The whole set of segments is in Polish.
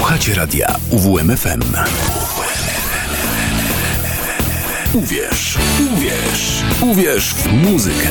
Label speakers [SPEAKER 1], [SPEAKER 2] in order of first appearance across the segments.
[SPEAKER 1] Słuchacie radia UWMFM. Uwierz, uwierz, uwierz w muzykę.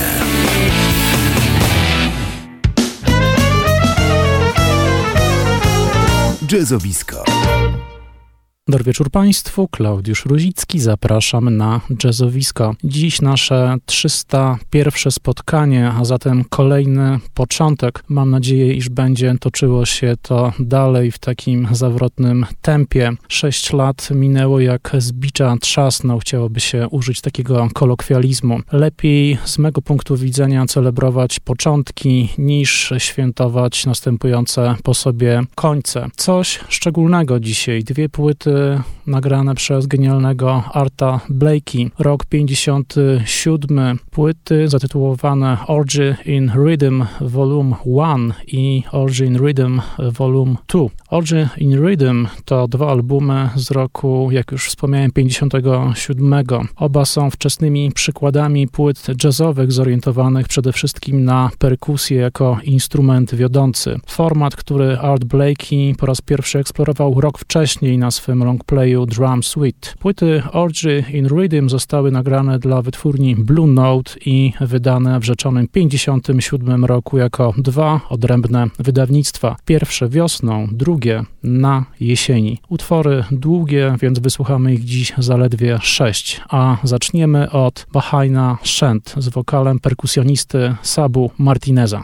[SPEAKER 1] Jazzowisko.
[SPEAKER 2] Dobry wieczór Państwu, Klaudiusz Ruzicki, zapraszam na Jazzowisko. Dziś nasze 301 spotkanie, a zatem kolejny początek. Mam nadzieję, iż będzie toczyło się to dalej w takim zawrotnym tempie. 6 lat minęło jak z bicza trzasnął, chciałoby się użyć takiego kolokwializmu. Lepiej z mego punktu widzenia celebrować początki niż świętować następujące po sobie końce. Coś szczególnego dzisiaj, 2 płyty nagrane przez genialnego Arta Blakey. Rok 57, płyty zatytułowane Orgy in Rhythm Volume 1 i Orgy in Rhythm Volume 2. Orgy in Rhythm to 2 albumy z roku, jak już wspomniałem, 57. Oba są wczesnymi przykładami płyt jazzowych zorientowanych przede wszystkim na perkusję jako instrument wiodący. Format, który Art Blakey po raz pierwszy eksplorował rok wcześniej na swym longplayu Drum Suite. Płyty Orgy in Rhythm zostały nagrane dla wytwórni Blue Note i wydane w rzeczonym 57 roku jako 2 odrębne wydawnictwa. Pierwsze wiosną, drugie na jesieni. Utwory długie, więc wysłuchamy ich dziś zaledwie 6, a zaczniemy od Bahina Shent z wokalem perkusjonisty Sabu Martineza.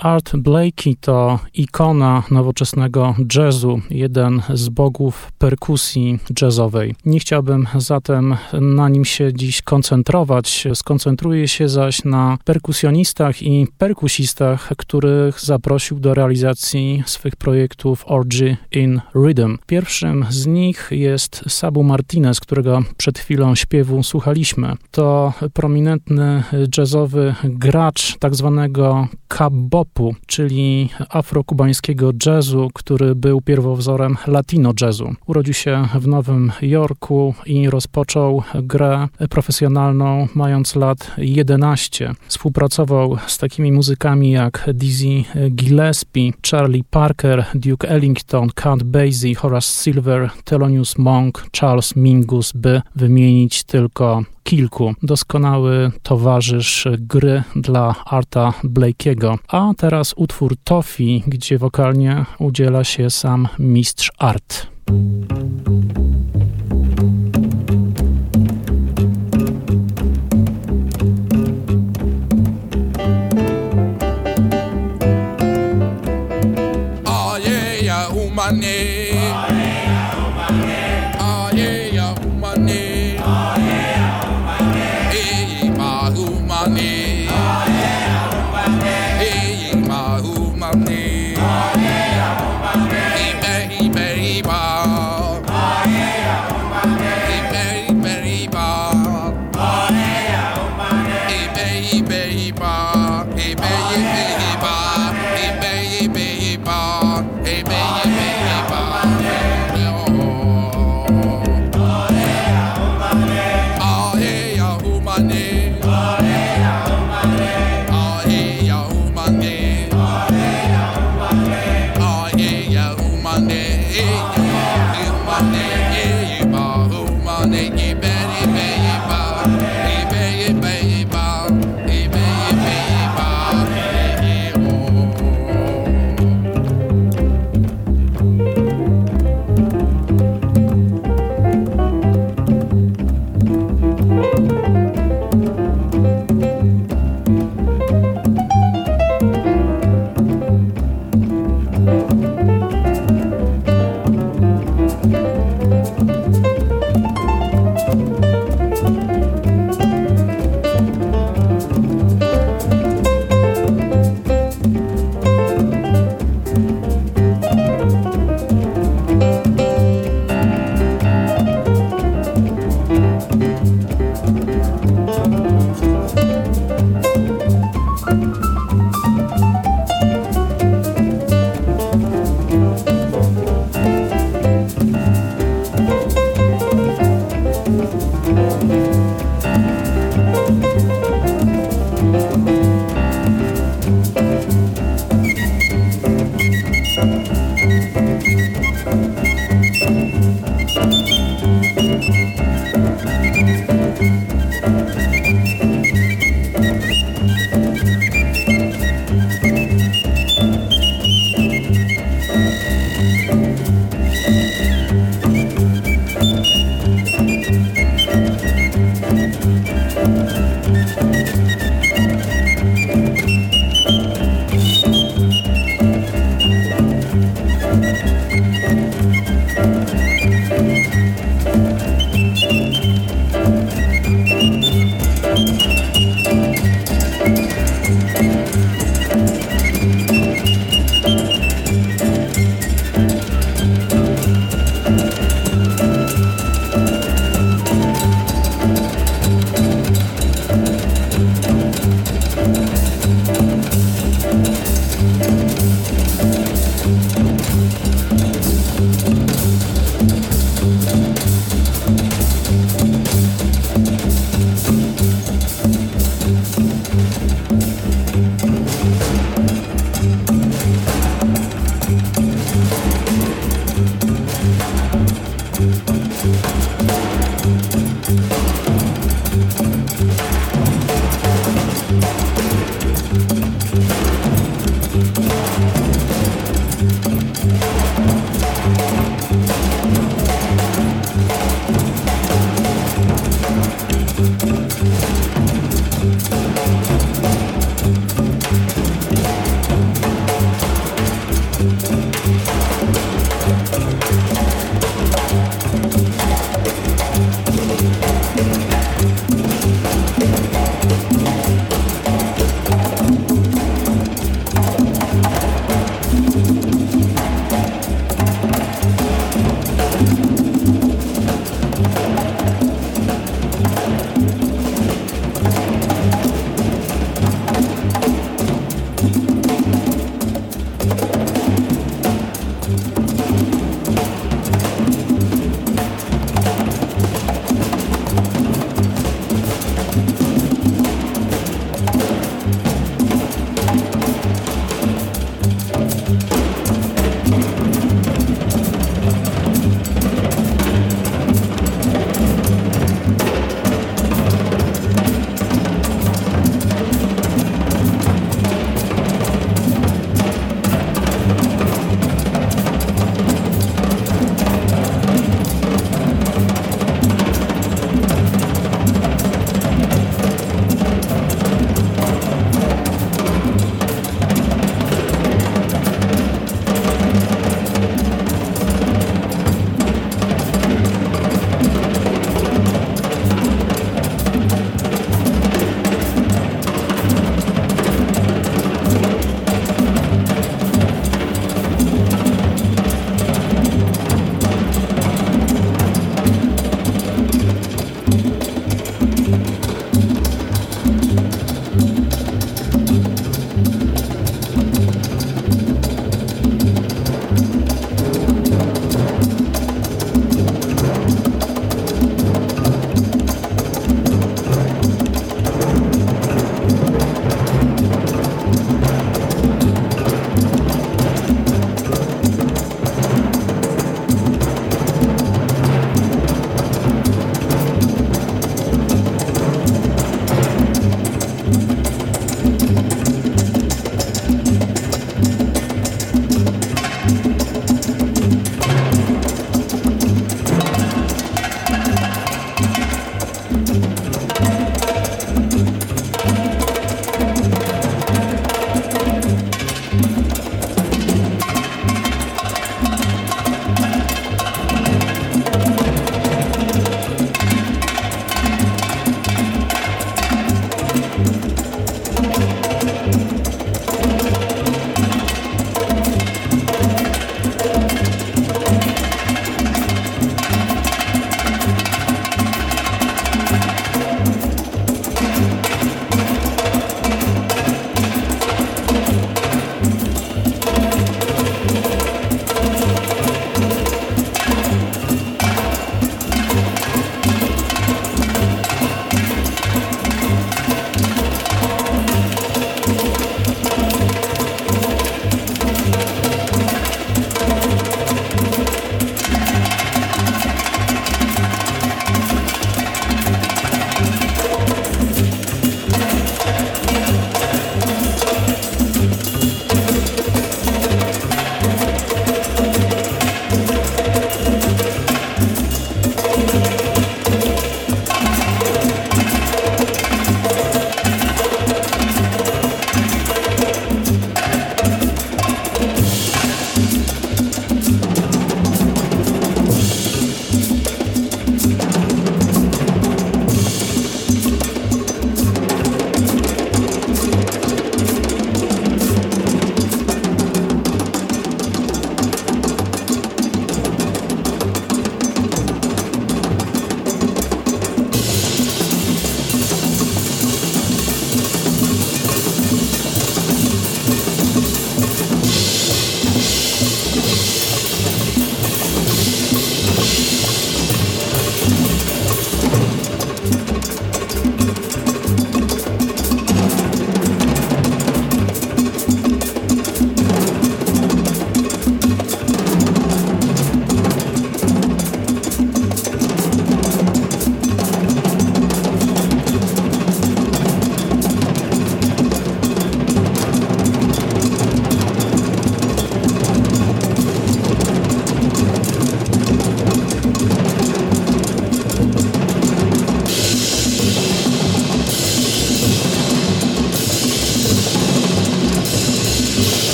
[SPEAKER 2] Art Blakey to ikona nowoczesnego jazzu, jeden z bogów perkusji jazzowej. Nie chciałbym zatem na nim się dziś koncentrować. Skoncentruję się zaś na perkusjonistach i perkusistach, których zaprosił do realizacji swych projektów Orgy in Rhythm. Pierwszym z nich jest Sabu Martinez, którego przed chwilą śpiewu słuchaliśmy. To prominentny jazzowy gracz tak zwanego kabbopu, czyli afrokubańskiego jazzu, który był pierwowzorem latino jazzu. Urodził się w Nowym Jorku i rozpoczął grę profesjonalną mając lat 11. Współpracował z takimi muzykami jak Dizzy Gillespie, Charlie Parker, Duke Ellington, Count Basie, Horace Silver, Thelonious Monk, Charles Mingus, by wymienić tylko kilku. Doskonały towarzysz gry dla Arta Blakey'ego. A teraz utwór Toffee, gdzie wokalnie udziela się sam mistrz Art.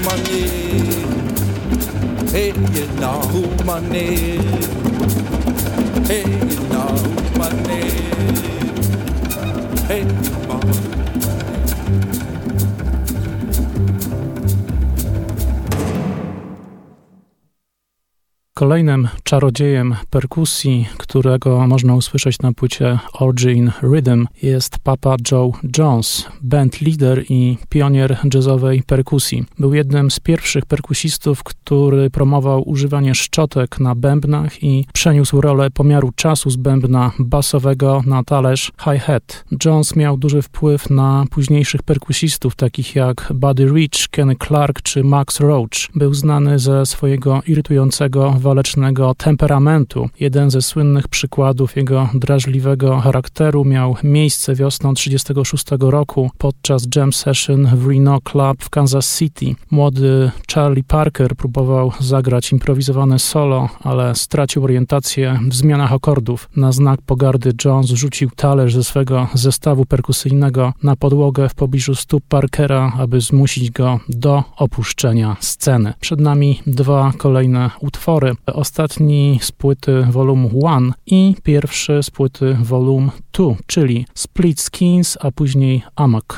[SPEAKER 3] money. Hey, you know money. Hey, you know money. Hey, money.
[SPEAKER 2] Kolejnym czarodziejem perkusji, którego można usłyszeć na płycie Orgy in Rhythm, jest Papa Joe Jones, bandleader i pionier jazzowej perkusji. Był jednym z pierwszych perkusistów, który promował używanie szczotek na bębnach i przeniósł rolę pomiaru czasu z bębna basowego na talerz hi-hat. Jones miał duży wpływ na późniejszych perkusistów, takich jak Buddy Rich, Kenny Clarke czy Max Roach. Był znany ze swojego irytującego walecznego temperamentu. Jeden ze słynnych przykładów jego drażliwego charakteru miał miejsce wiosną 1936 roku podczas jam session w Reno Club w Kansas City. Młody Charlie Parker próbował zagrać improwizowane solo, ale stracił orientację w zmianach akordów. Na znak pogardy Jones rzucił talerz ze swego zestawu perkusyjnego na podłogę w pobliżu stóp Parkera, aby zmusić go do opuszczenia sceny. Przed nami dwa kolejne utwory. Ostatni z płyty Volume 1 i pierwszy z płyty Volume 2, czyli Split Skins, a później Amok.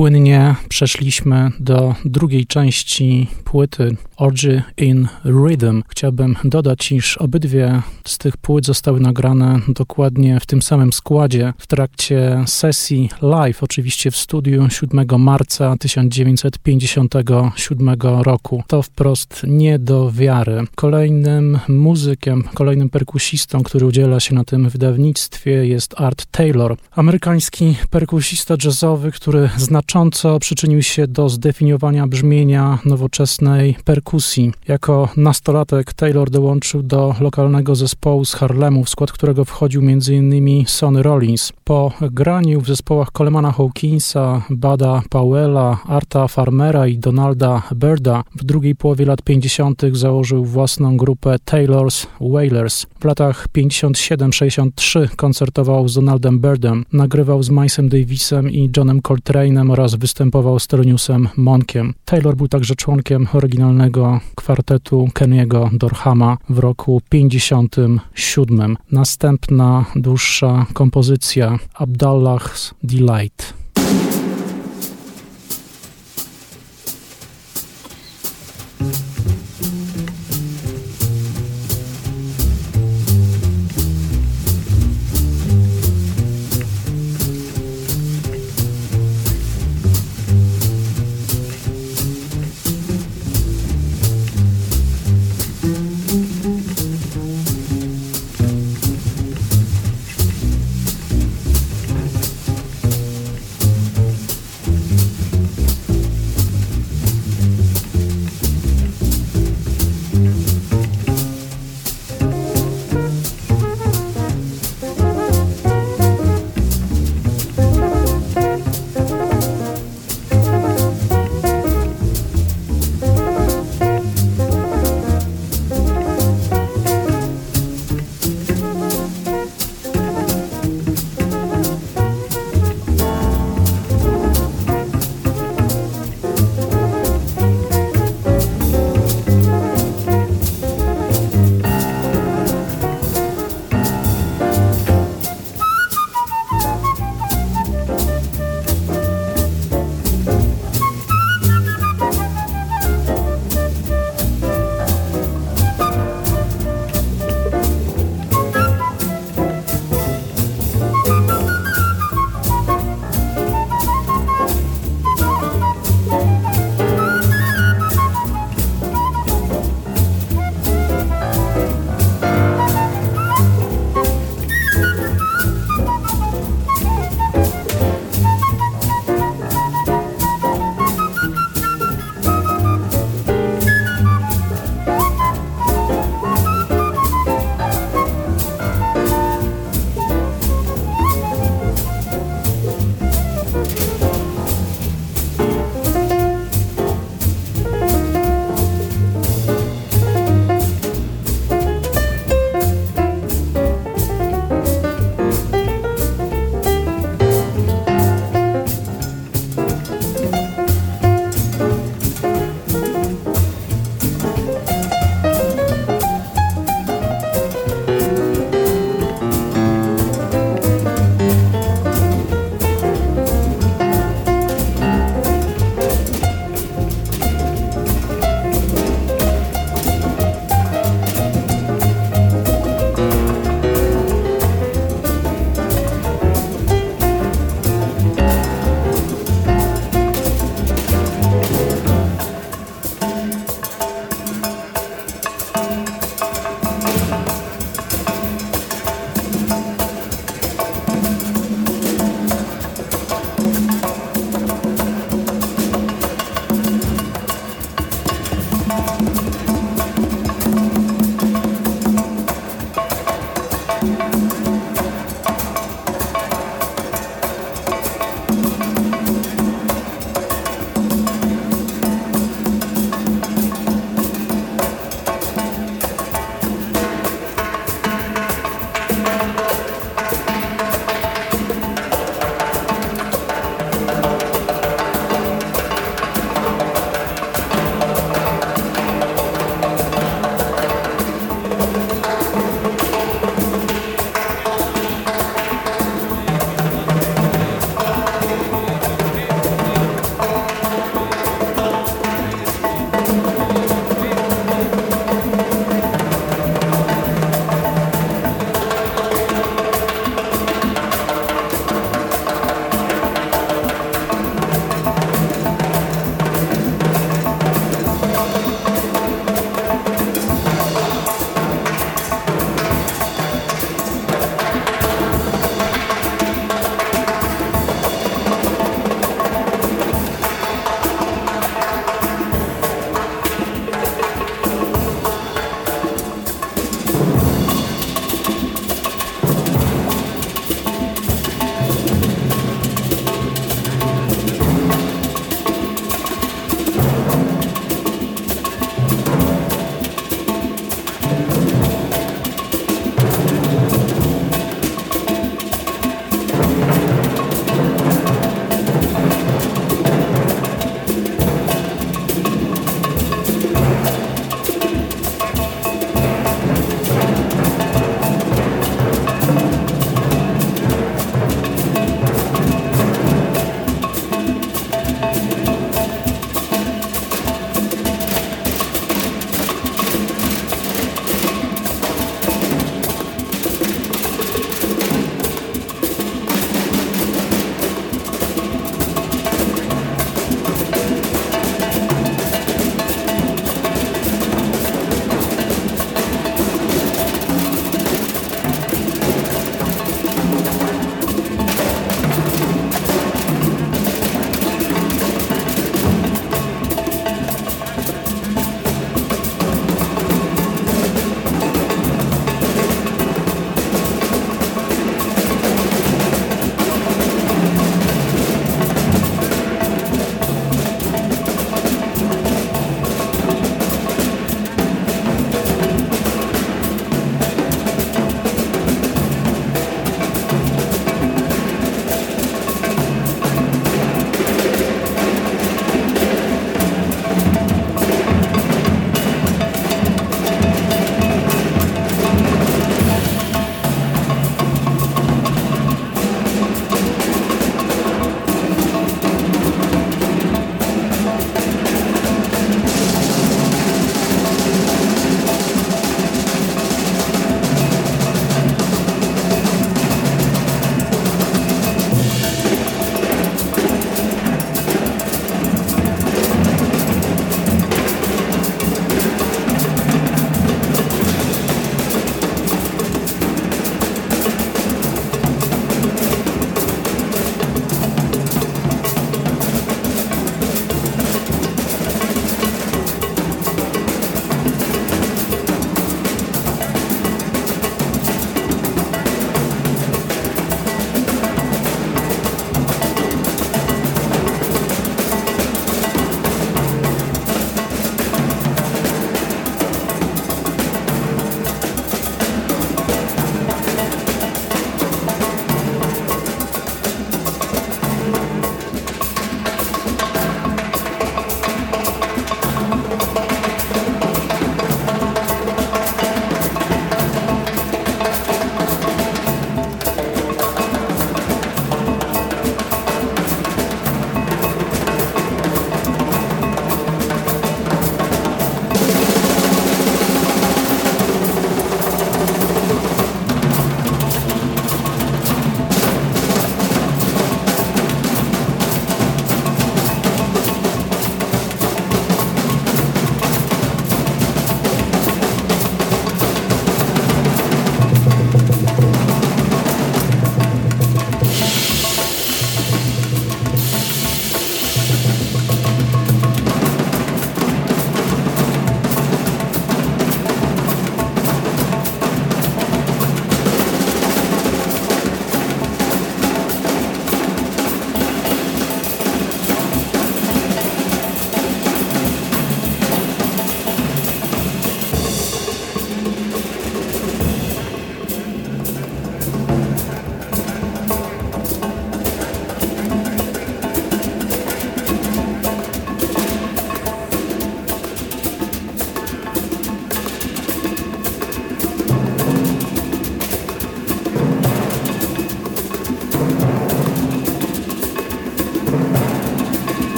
[SPEAKER 2] płynnie przeszliśmy do drugiej części płyty Orgy in Rhythm. Chciałbym dodać, iż obydwie z tych płyt zostały nagrane dokładnie w tym samym składzie w trakcie sesji live, oczywiście w studiu 7 marca 1957 roku. To wprost nie do wiary. Kolejnym muzykiem, kolejnym perkusistą, który udziela się na tym wydawnictwie, jest Art Taylor, amerykański perkusista jazzowy, który znacząco przyczynił się do zdefiniowania brzmienia nowoczesnej perkusji. Jako nastolatek Taylor dołączył do lokalnego zespołu z Harlemu, w skład którego wchodził m.in. Sonny Rollins. Po graniu w zespołach Colemana Hawkinsa, Budda Powella, Arta Farmera i Donalda Byrda w drugiej połowie lat 50. założył własną grupę Taylor's Wailers. W latach 57-63 koncertował z Donaldem Byrdem, nagrywał z Milesem Davisem i Johnem Coltrane'em oraz występował z Theloniusem Monkiem. Taylor był także członkiem oryginalnego kwartetu Kenny'ego Dorhama w roku 57. Następna dłuższa kompozycja Abdallah's Delight.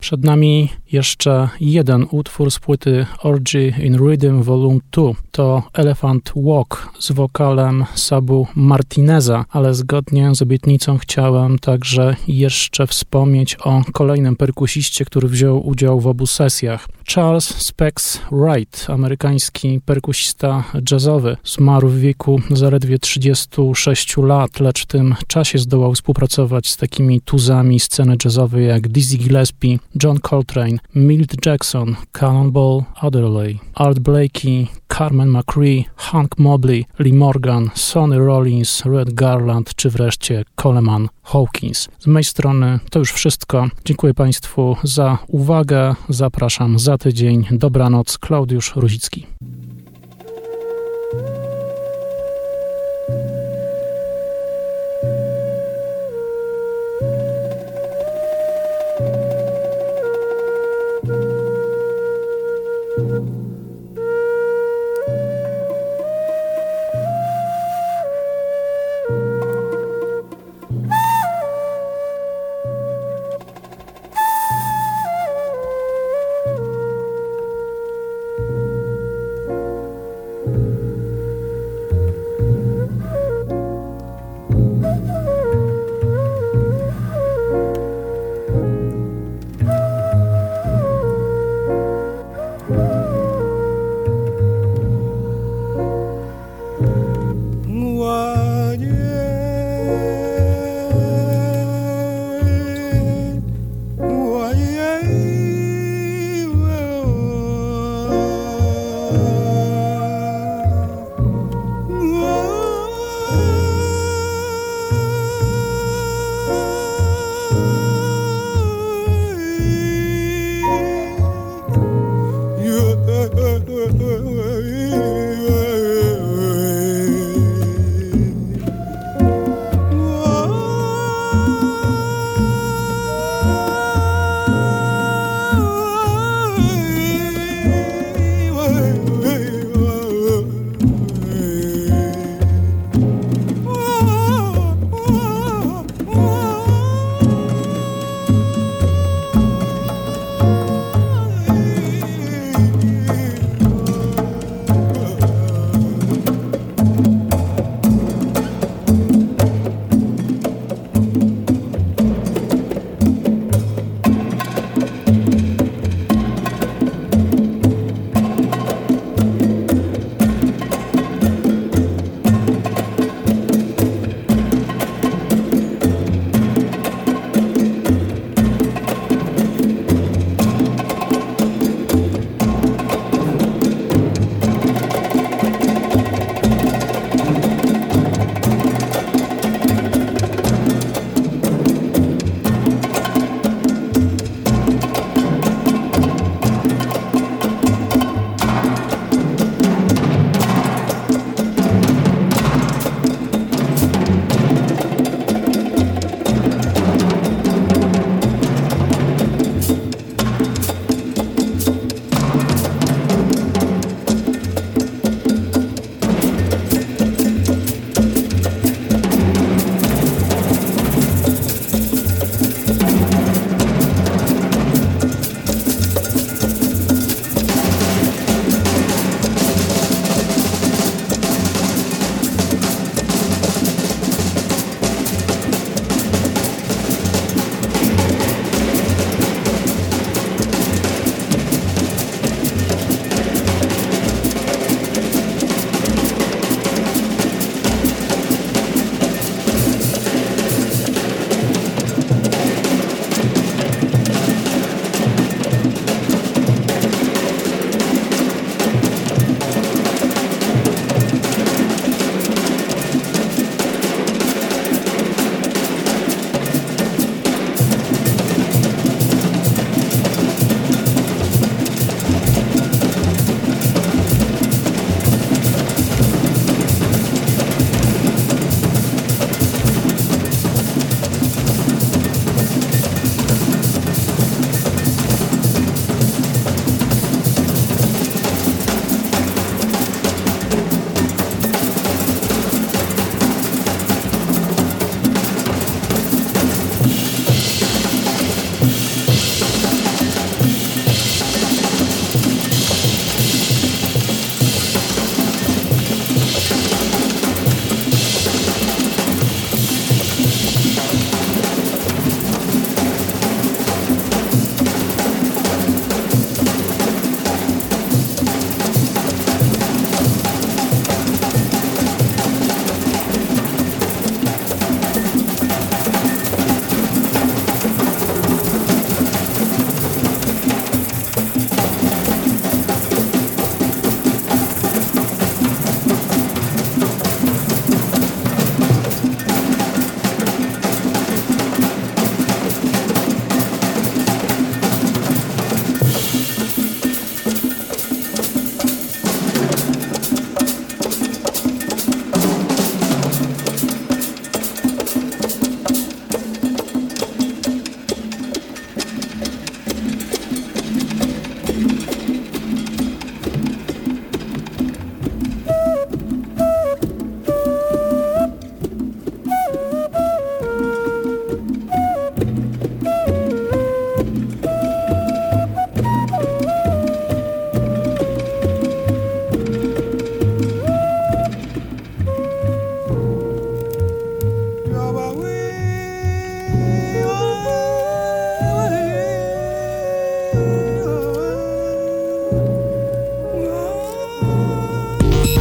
[SPEAKER 2] Przed nami jeszcze jeden utwór z płyty Orgy in Rhythm Volume 2. To Elephant Walk z wokalem Sabu Martineza, ale zgodnie z obietnicą chciałem także jeszcze wspomnieć o kolejnym perkusiście, który wziął udział w obu sesjach. Charles Specs Wright, amerykański perkusista jazzowy, zmarł w wieku zaledwie 36 lat, lecz w tym czasie zdołał współpracować z takimi tuzami sceny jazzowej jak Dizzy Gillespie, John Coltrane, Milt Jackson, Cannonball Adderley, Art Blakey, Carmen McRae, Hank Mobley, Lee Morgan, Sonny Rollins, Red Garland czy wreszcie Coleman Hawkins. Z mojej strony to już wszystko. Dziękuję Państwu za uwagę. Zapraszam za tydzień. Dobranoc. Klaudiusz Ruzicki.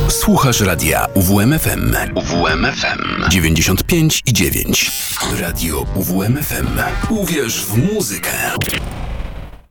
[SPEAKER 1] Słuchasz radia UWMFM. UWMFM 95,9. Radio UWMFM. Uwierz w muzykę.